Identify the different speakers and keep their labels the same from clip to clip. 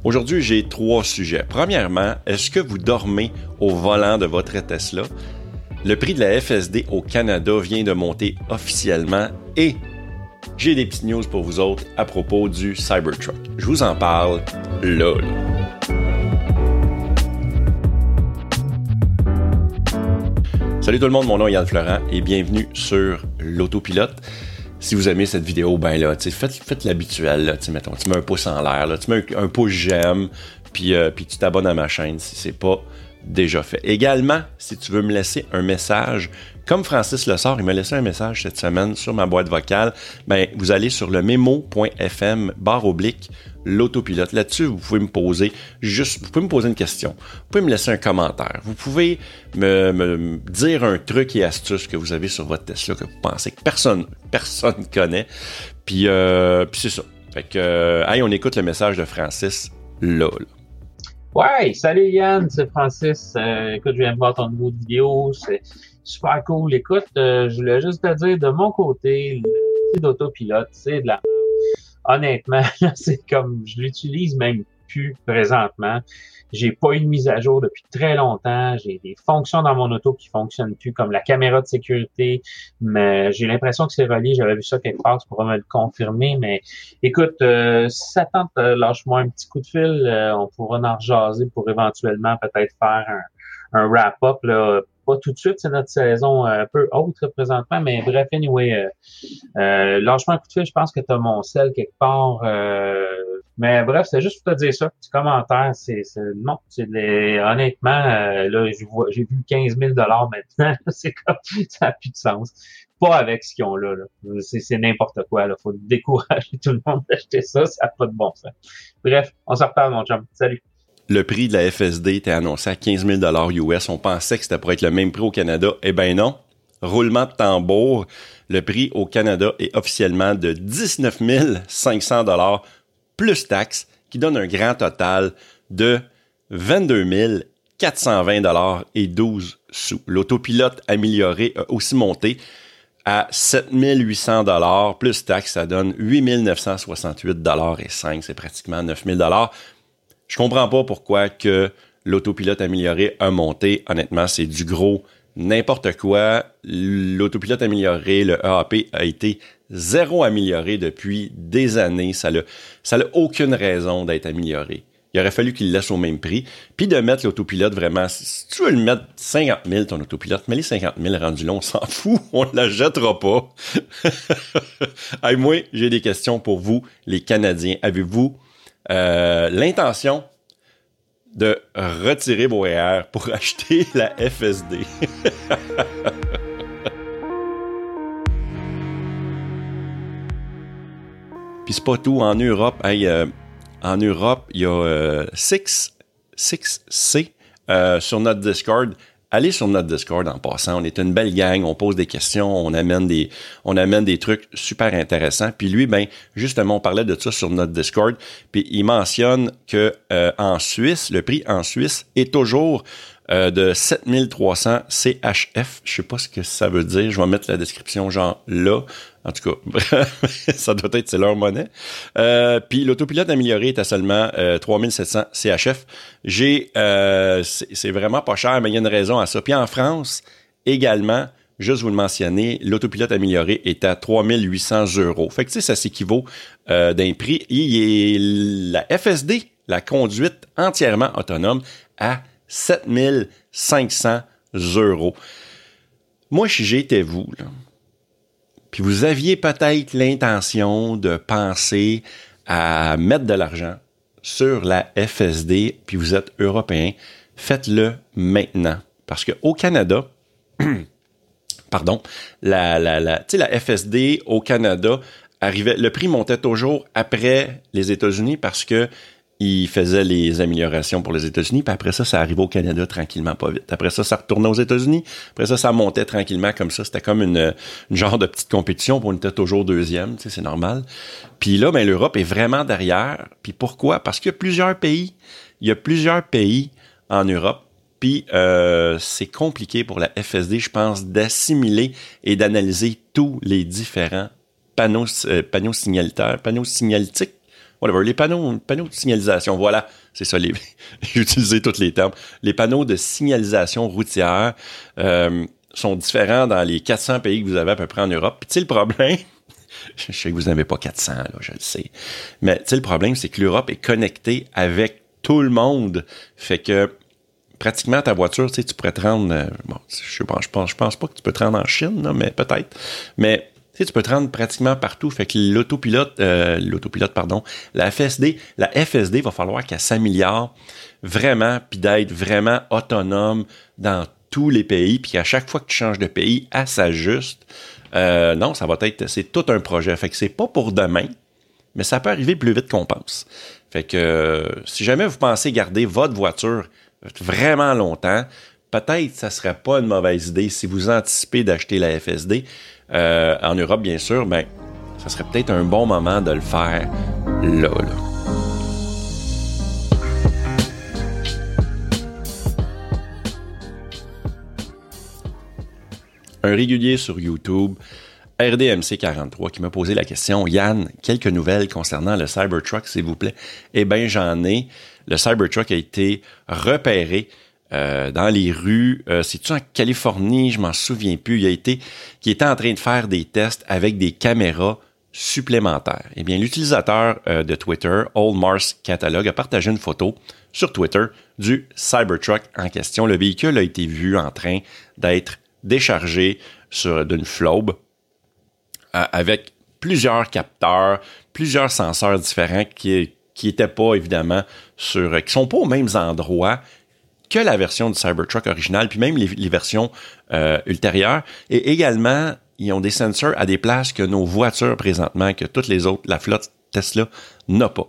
Speaker 1: Aujourd'hui, j'ai 3 sujets. Premièrement, est-ce que vous dormez au volant de votre Tesla? Le prix de la FSD au Canada vient de monter officiellement et j'ai des petites news pour vous autres à propos du Cybertruck. Je vous en parle là. Salut tout le monde, mon nom est Yann Florent et bienvenue sur l'Autopilote. Si vous aimez cette vidéo, ben là, faites l'habituel, là, mettons, tu mets un pouce en l'air, là, tu mets un pouce j'aime, puis tu t'abonnes à ma chaîne si c'est pas déjà fait. Également, si tu veux me laisser un message, comme Francis Lessard, il m'a laissé un message cette semaine sur ma boîte vocale, ben vous allez sur le memo.fm/l'autopilote. Là-dessus, vous pouvez me poser une question, vous pouvez me laisser un commentaire, vous pouvez me dire un truc et astuce que vous avez sur votre Tesla que vous pensez que personne connaît. Puis c'est ça. Fait que, on écoute le message de Francis là.
Speaker 2: Ouais, salut Yann, c'est Francis. Écoute, je viens de voir ton nouveau vidéo, c'est super cool. Écoute, je voulais juste te dire, de mon côté, le site d'autopilote, c'est de la... Honnêtement, c'est comme, je l'utilise même plus présentement. J'ai pas eu de mise à jour depuis très longtemps. J'ai des fonctions dans mon auto qui fonctionnent plus, comme la caméra de sécurité. Mais j'ai l'impression que c'est relié. J'avais vu ça quelque part, tu pourras me le confirmer. Mais écoute, si ça tente, lâche-moi un petit coup de fil. On pourra en rejaser pour éventuellement peut-être faire un wrap-up, là. Pas tout de suite, c'est notre saison un peu autre présentement, mais bref, anyway, lâche-moi un coup de fil, je pense que tu as mon sel quelque part. Mais bref, c'est juste pour te dire ça, petit commentaire, honnêtement, là, j'ai vu 15 000 maintenant, c'est comme, ça n'a plus de sens. Pas avec ce qu'ils ont là. C'est n'importe quoi, là. Faut décourager tout le monde d'acheter ça, ça n'a pas de bon sens. Bref, on s'en reparle, mon chum. Salut.
Speaker 1: Le prix de la FSD était annoncé à 15 000 US. On pensait que c'était pour être le même prix au Canada. Eh bien non. Roulement de tambour. Le prix au Canada est officiellement de 19 500 plus taxes, qui donne un grand total de 22 420 et 12 sous. L'autopilote amélioré a aussi monté à 7 800 plus taxes. Ça donne 8 968 et 5. C'est pratiquement 9 000 Je comprends pas pourquoi que l'autopilote amélioré a monté. Honnêtement, c'est du gros n'importe quoi. L'autopilote amélioré, le EAP, a été zéro amélioré depuis des années. Ça n'a aucune raison d'être amélioré. Il aurait fallu qu'il le laisse au même prix. Puis de mettre l'autopilote vraiment... Si tu veux le mettre 50 000, ton autopilote, mets les 50 000 rendus là, on s'en fout. On ne la jettera pas. Moi, j'ai des questions pour vous, les Canadiens. Avez-vous l'intention de retirer vos REER pour acheter la FSD? Puis c'est pas tout. En Europe, il y a 6C sur notre Discord. Allez sur notre Discord en passant. On est une belle gang. On pose des questions. On amène des trucs super intéressants. Puis lui, justement, on parlait de ça sur notre Discord. Puis il mentionne que en Suisse, le prix en Suisse est toujours de 7300 CHF. Je sais pas ce que ça veut dire. Je vais mettre la description genre là. En tout cas, ça doit être, c'est leur monnaie. Puis l'autopilote amélioré est à seulement 3700 CHF. C'est vraiment pas cher, mais il y a une raison à ça. Puis en France, également, juste vous le mentionner, l'autopilote amélioré est à 3800 €. Fait que ça s'équivaut d'un prix. Et la FSD, la conduite entièrement autonome, à 7500 €. Moi, si j'étais vous, là, puis vous aviez peut-être l'intention de penser à mettre de l'argent sur la FSD, puis vous êtes européen, faites-le maintenant. Parce qu'au Canada, la FSD au Canada arrivait, le prix montait toujours après les États-Unis parce que il faisait les améliorations pour les États-Unis, puis après ça, ça arrivait au Canada tranquillement, pas vite. Après ça, ça retournait aux États-Unis. Après ça, ça montait tranquillement comme ça. C'était comme une genre de petite compétition, puis on était toujours deuxième, c'est normal. Puis là, l'Europe est vraiment derrière. Puis pourquoi? Parce qu'il y a plusieurs pays. Il y a plusieurs pays en Europe. Puis c'est compliqué pour la FSD, je pense, d'assimiler et d'analyser tous les différents panneaux signalitaires, panneaux signalétiques. whatever, les panneaux de signalisation, voilà, c'est ça, j'ai utilisé tous les termes. Les panneaux de signalisation routière sont différents dans les 400 pays que vous avez à peu près en Europe. Puis tu sais, le problème, je sais que vous n'avez pas 400, là, je le sais, mais tu sais, le problème, c'est que l'Europe est connectée avec tout le monde. Fait que pratiquement ta voiture, tu sais, tu pourrais te rendre, bon, je pense pas que tu peux te rendre en Chine, là, mais peut-être. Mais tu sais, tu peux te rendre pratiquement partout. Fait que l'autopilote, la FSD va falloir qu'elle s'améliore vraiment, puis d'être vraiment autonome dans tous les pays, puis qu'à chaque fois que tu changes de pays, elle s'ajuste. Non, c'est tout un projet. Fait que c'est pas pour demain, mais ça peut arriver plus vite qu'on pense. Fait que si jamais vous pensez garder votre voiture vraiment longtemps, peut-être ça serait pas une mauvaise idée si vous anticipez d'acheter la FSD en Europe, bien sûr, ben ça serait peut-être un bon moment de le faire là. Un régulier sur YouTube, RDMC43, qui m'a posé la question, Yann, quelques nouvelles concernant le Cybertruck, s'il vous plaît? Eh bien, j'en ai. Le Cybertruck a été repéré dans les rues. C'est-tu en Californie? Je m'en souviens plus. Qui était en train de faire des tests avec des caméras supplémentaires. Eh bien, l'utilisateur de Twitter, Old Mars Catalog, a partagé une photo sur Twitter du Cybertruck en question. Le véhicule a été vu en train d'être déchargé d'une flobe avec plusieurs capteurs, plusieurs senseurs différents qui étaient pas, évidemment, qui sont pas aux mêmes endroits que la version du Cybertruck original, puis même les versions ultérieures. Et également, ils ont des sensors à des places que nos voitures présentement, que toutes les autres, la flotte Tesla, n'a pas.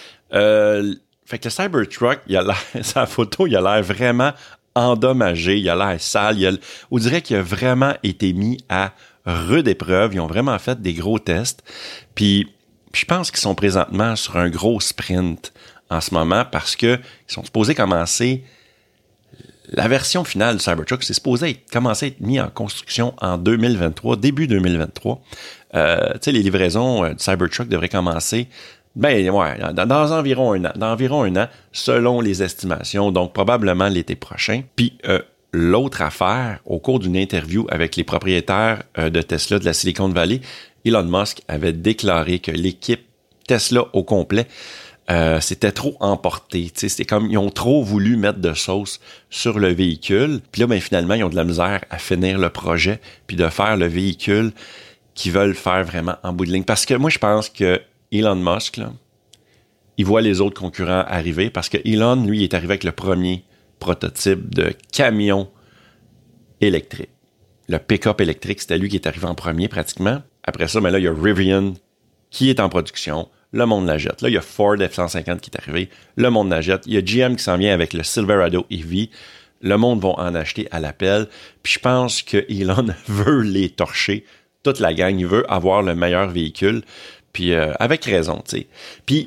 Speaker 1: Fait que le Cybertruck, sa photo, il a l'air vraiment endommagé, il a l'air sale, on dirait qu'il a vraiment été mis à rude épreuve. Ils ont vraiment fait des gros tests. Puis je pense qu'ils sont présentement sur un gros sprint en ce moment parce que ils sont supposés commencer la version finale du Cybertruck. C'est supposé commencer à être mis en construction en 2023, début 2023. Tu sais, les livraisons du Cybertruck devraient commencer dans environ un an, selon les estimations, donc probablement l'été prochain. Puis l'autre affaire, au cours d'une interview avec les propriétaires de Tesla de la Silicon Valley, Elon Musk avait déclaré que l'équipe Tesla au complet s'était trop emporté. C'était comme ils ont trop voulu mettre de sauce sur le véhicule. Puis là, finalement, ils ont de la misère à finir le projet puis de faire le véhicule qu'ils veulent faire vraiment en bout de ligne. Parce que moi, je pense que Elon Musk, là, il voit les autres concurrents arriver parce que Elon, lui, est arrivé avec le premier prototype de camion électrique. Le pick-up électrique, c'était lui qui est arrivé en premier pratiquement. Après ça, là, il y a Rivian qui est en production. Le monde la jette. Là, il y a Ford F-150 qui est arrivé. Le monde la jette. Il y a GM qui s'en vient avec le Silverado EV. Le monde va en acheter à l'appel. Puis je pense que Elon veut les torcher. Toute la gang, il veut avoir le meilleur véhicule. Puis avec raison, tu sais. Puis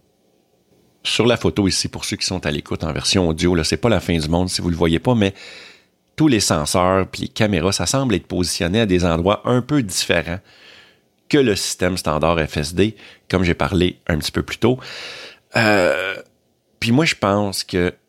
Speaker 1: sur la photo ici, pour ceux qui sont à l'écoute en version audio, là, c'est pas la fin du monde si vous le voyez pas, mais tous les senseurs puis les caméras, ça semble être positionné à des endroits un peu différents que le système standard FSD, comme j'ai parlé un petit peu plus tôt. Puis moi, je pense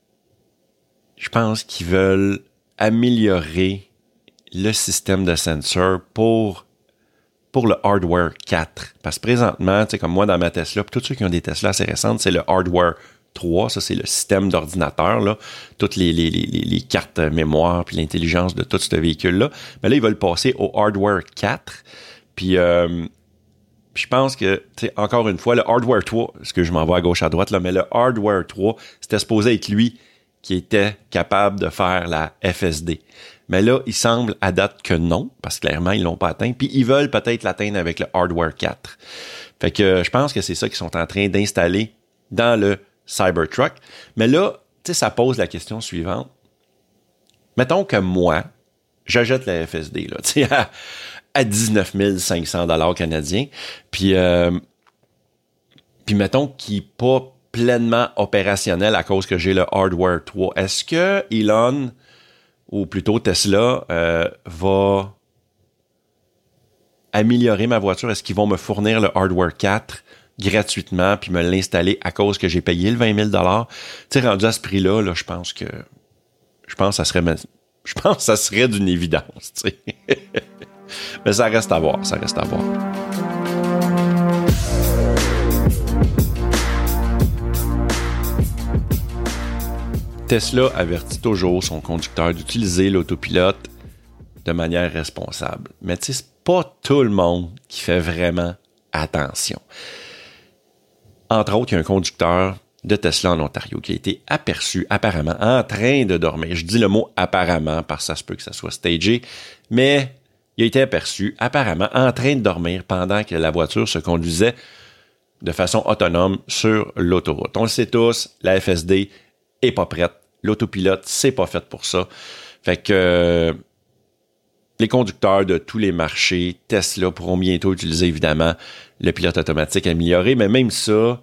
Speaker 1: qu'ils veulent améliorer le système de sensor pour le hardware 4. Parce que présentement, tu sais, comme moi dans ma Tesla, puis tous ceux qui ont des Tesla assez récentes, c'est le hardware 3. Ça, c'est le système d'ordinateur, là. Toutes les cartes mémoire puis l'intelligence de tout ce véhicule-là. Mais là, ils veulent passer au hardware 4. Puis je pense que, tu sais, encore une fois, le hardware 3, parce que je m'en vais à gauche à droite, là, mais le hardware 3, c'était supposé être lui qui était capable de faire la FSD. Mais là, il semble à date que non, parce que clairement, ils l'ont pas atteint. Puis ils veulent peut-être l'atteindre avec le hardware 4. Fait que je pense que c'est ça qu'ils sont en train d'installer dans le Cybertruck. Mais là, tu sais, ça pose la question suivante. Mettons que moi, j'achète la FSD, là, tu sais, à 19 500 $ canadiens. Puis mettons qu'il n'est pas pleinement opérationnel à cause que j'ai le hardware 3. Est-ce que Elon, ou plutôt Tesla, va améliorer ma voiture? Est-ce qu'ils vont me fournir le hardware 4 gratuitement puis me l'installer à cause que j'ai payé le 20 000 $. Tu sais, rendu à ce prix-là, là, je pense que ça serait d'une évidence, tu sais. Mais ça reste à voir. Tesla avertit toujours son conducteur d'utiliser l'autopilote de manière responsable. Mais tu sais, c'est pas tout le monde qui fait vraiment attention. Entre autres, il y a un conducteur de Tesla en Ontario qui a été aperçu apparemment en train de dormir. Je dis le mot apparemment parce que ça se peut que ça soit stagé, mais il a été aperçu apparemment en train de dormir pendant que la voiture se conduisait de façon autonome sur l'autoroute. On le sait tous, la FSD est pas prête. L'autopilote, c'est pas fait pour ça. Fait que les conducteurs de tous les marchés Tesla pourront bientôt utiliser évidemment le pilote automatique amélioré, mais même ça,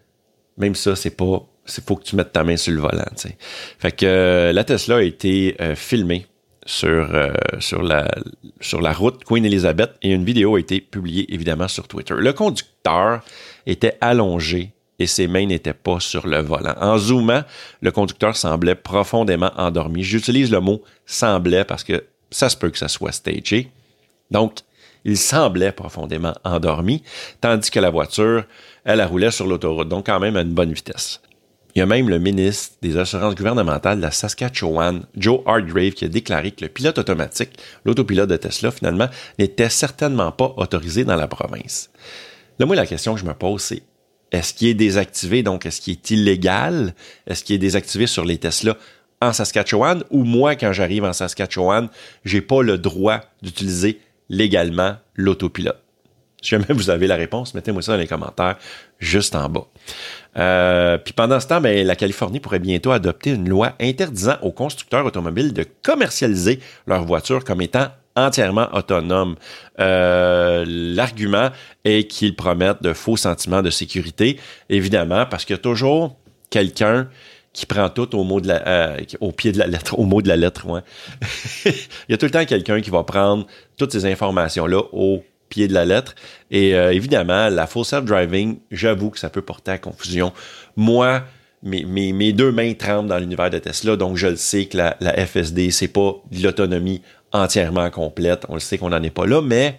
Speaker 1: faut que tu mettes ta main sur le volant, tu sais. Fait que la Tesla a été filmée sur la route Queen Elizabeth et une vidéo a été publiée évidemment sur Twitter. Le conducteur était allongé et ses mains n'étaient pas sur le volant. En zoomant, le conducteur semblait profondément endormi. J'utilise le mot « semblait » parce que ça se peut que ça soit stagé. Donc, il semblait profondément endormi, tandis que la voiture, elle roulait sur l'autoroute, donc quand même à une bonne vitesse. Il y a même le ministre des Assurances gouvernementales de la Saskatchewan, Joe Hargrave, qui a déclaré que le pilote automatique, l'autopilote de Tesla, finalement, n'était certainement pas autorisé dans la province. Là, moi, la question que je me pose, c'est est-ce qu'il est désactivé, donc est-ce qu'il est illégal? Est-ce qu'il est désactivé sur les Tesla en Saskatchewan? Ou moi, quand j'arrive en Saskatchewan, j'ai pas le droit d'utiliser légalement l'autopilote? Si jamais vous avez la réponse, mettez-moi ça dans les commentaires juste en bas. Puis pendant ce temps, la Californie pourrait bientôt adopter une loi interdisant aux constructeurs automobiles de commercialiser leurs voitures comme étant entièrement autonomes. L'argument est qu'ils promettent de faux sentiments de sécurité, évidemment, parce qu'il y a toujours quelqu'un qui prend tout au pied de la lettre, au mot de la lettre, ouais. Il y a tout le temps quelqu'un qui va prendre toutes ces informations-là au pied de la lettre. Et évidemment, la full self-driving, j'avoue que ça peut porter à confusion. Moi, mes deux mains tremblent dans l'univers de Tesla, donc je le sais que la FSD, c'est pas de l'autonomie entièrement complète. On le sait qu'on n'en est pas là, mais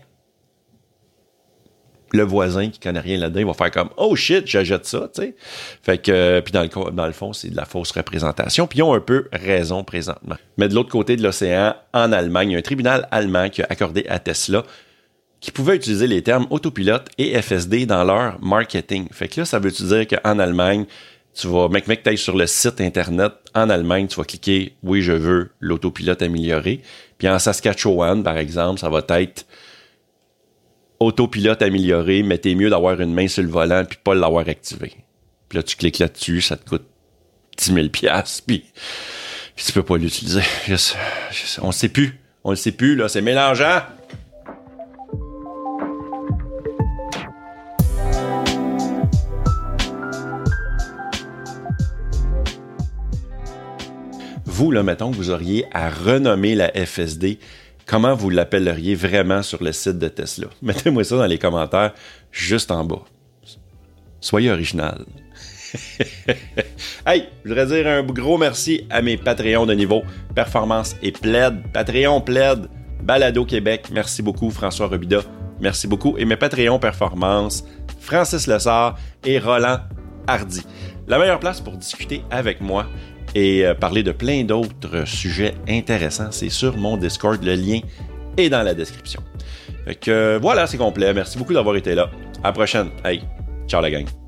Speaker 1: le voisin qui connaît rien là-dedans, il va faire comme « Oh shit, j'achète ça », tu sais. Fait que, puis dans le fond, c'est de la fausse représentation. Puis ils ont un peu raison présentement. Mais de l'autre côté de l'océan, en Allemagne, il y a un tribunal allemand qui a accordé à Tesla qui pouvait utiliser les termes autopilote et FSD dans leur marketing. Fait que là, ça veut-tu dire qu'en Allemagne, tu vas, mec, t'ailles sur le site Internet, en Allemagne, tu vas cliquer « Oui, je veux l'autopilote amélioré ». Puis en Saskatchewan, par exemple, ça va être autopilote amélioré, mais t'es mieux d'avoir une main sur le volant puis pas l'avoir activé. Puis là, tu cliques là-dessus, ça te coûte 10 000 $, puis tu peux pas l'utiliser. On le sait plus, là, c'est mélangeant. Vous, là, mettons que vous auriez à renommer la FSD, comment vous l'appelleriez vraiment sur le site de Tesla? Mettez-moi ça dans les commentaires juste en bas. Soyez original. Hey, je voudrais dire un gros merci à mes Patreons de niveau Performance et Plaid. Patreon, Plaid, Balado Québec. Merci beaucoup, François Robida. Merci beaucoup. Et mes Patreons Performance, Francis Lessard et Roland Hardy. La meilleure place pour discuter avec moi et parler de plein d'autres sujets intéressants, c'est sur mon Discord. Le lien est dans la description. Fait que voilà, c'est complet. Merci beaucoup d'avoir été là. À la prochaine. Hey, ciao la gang.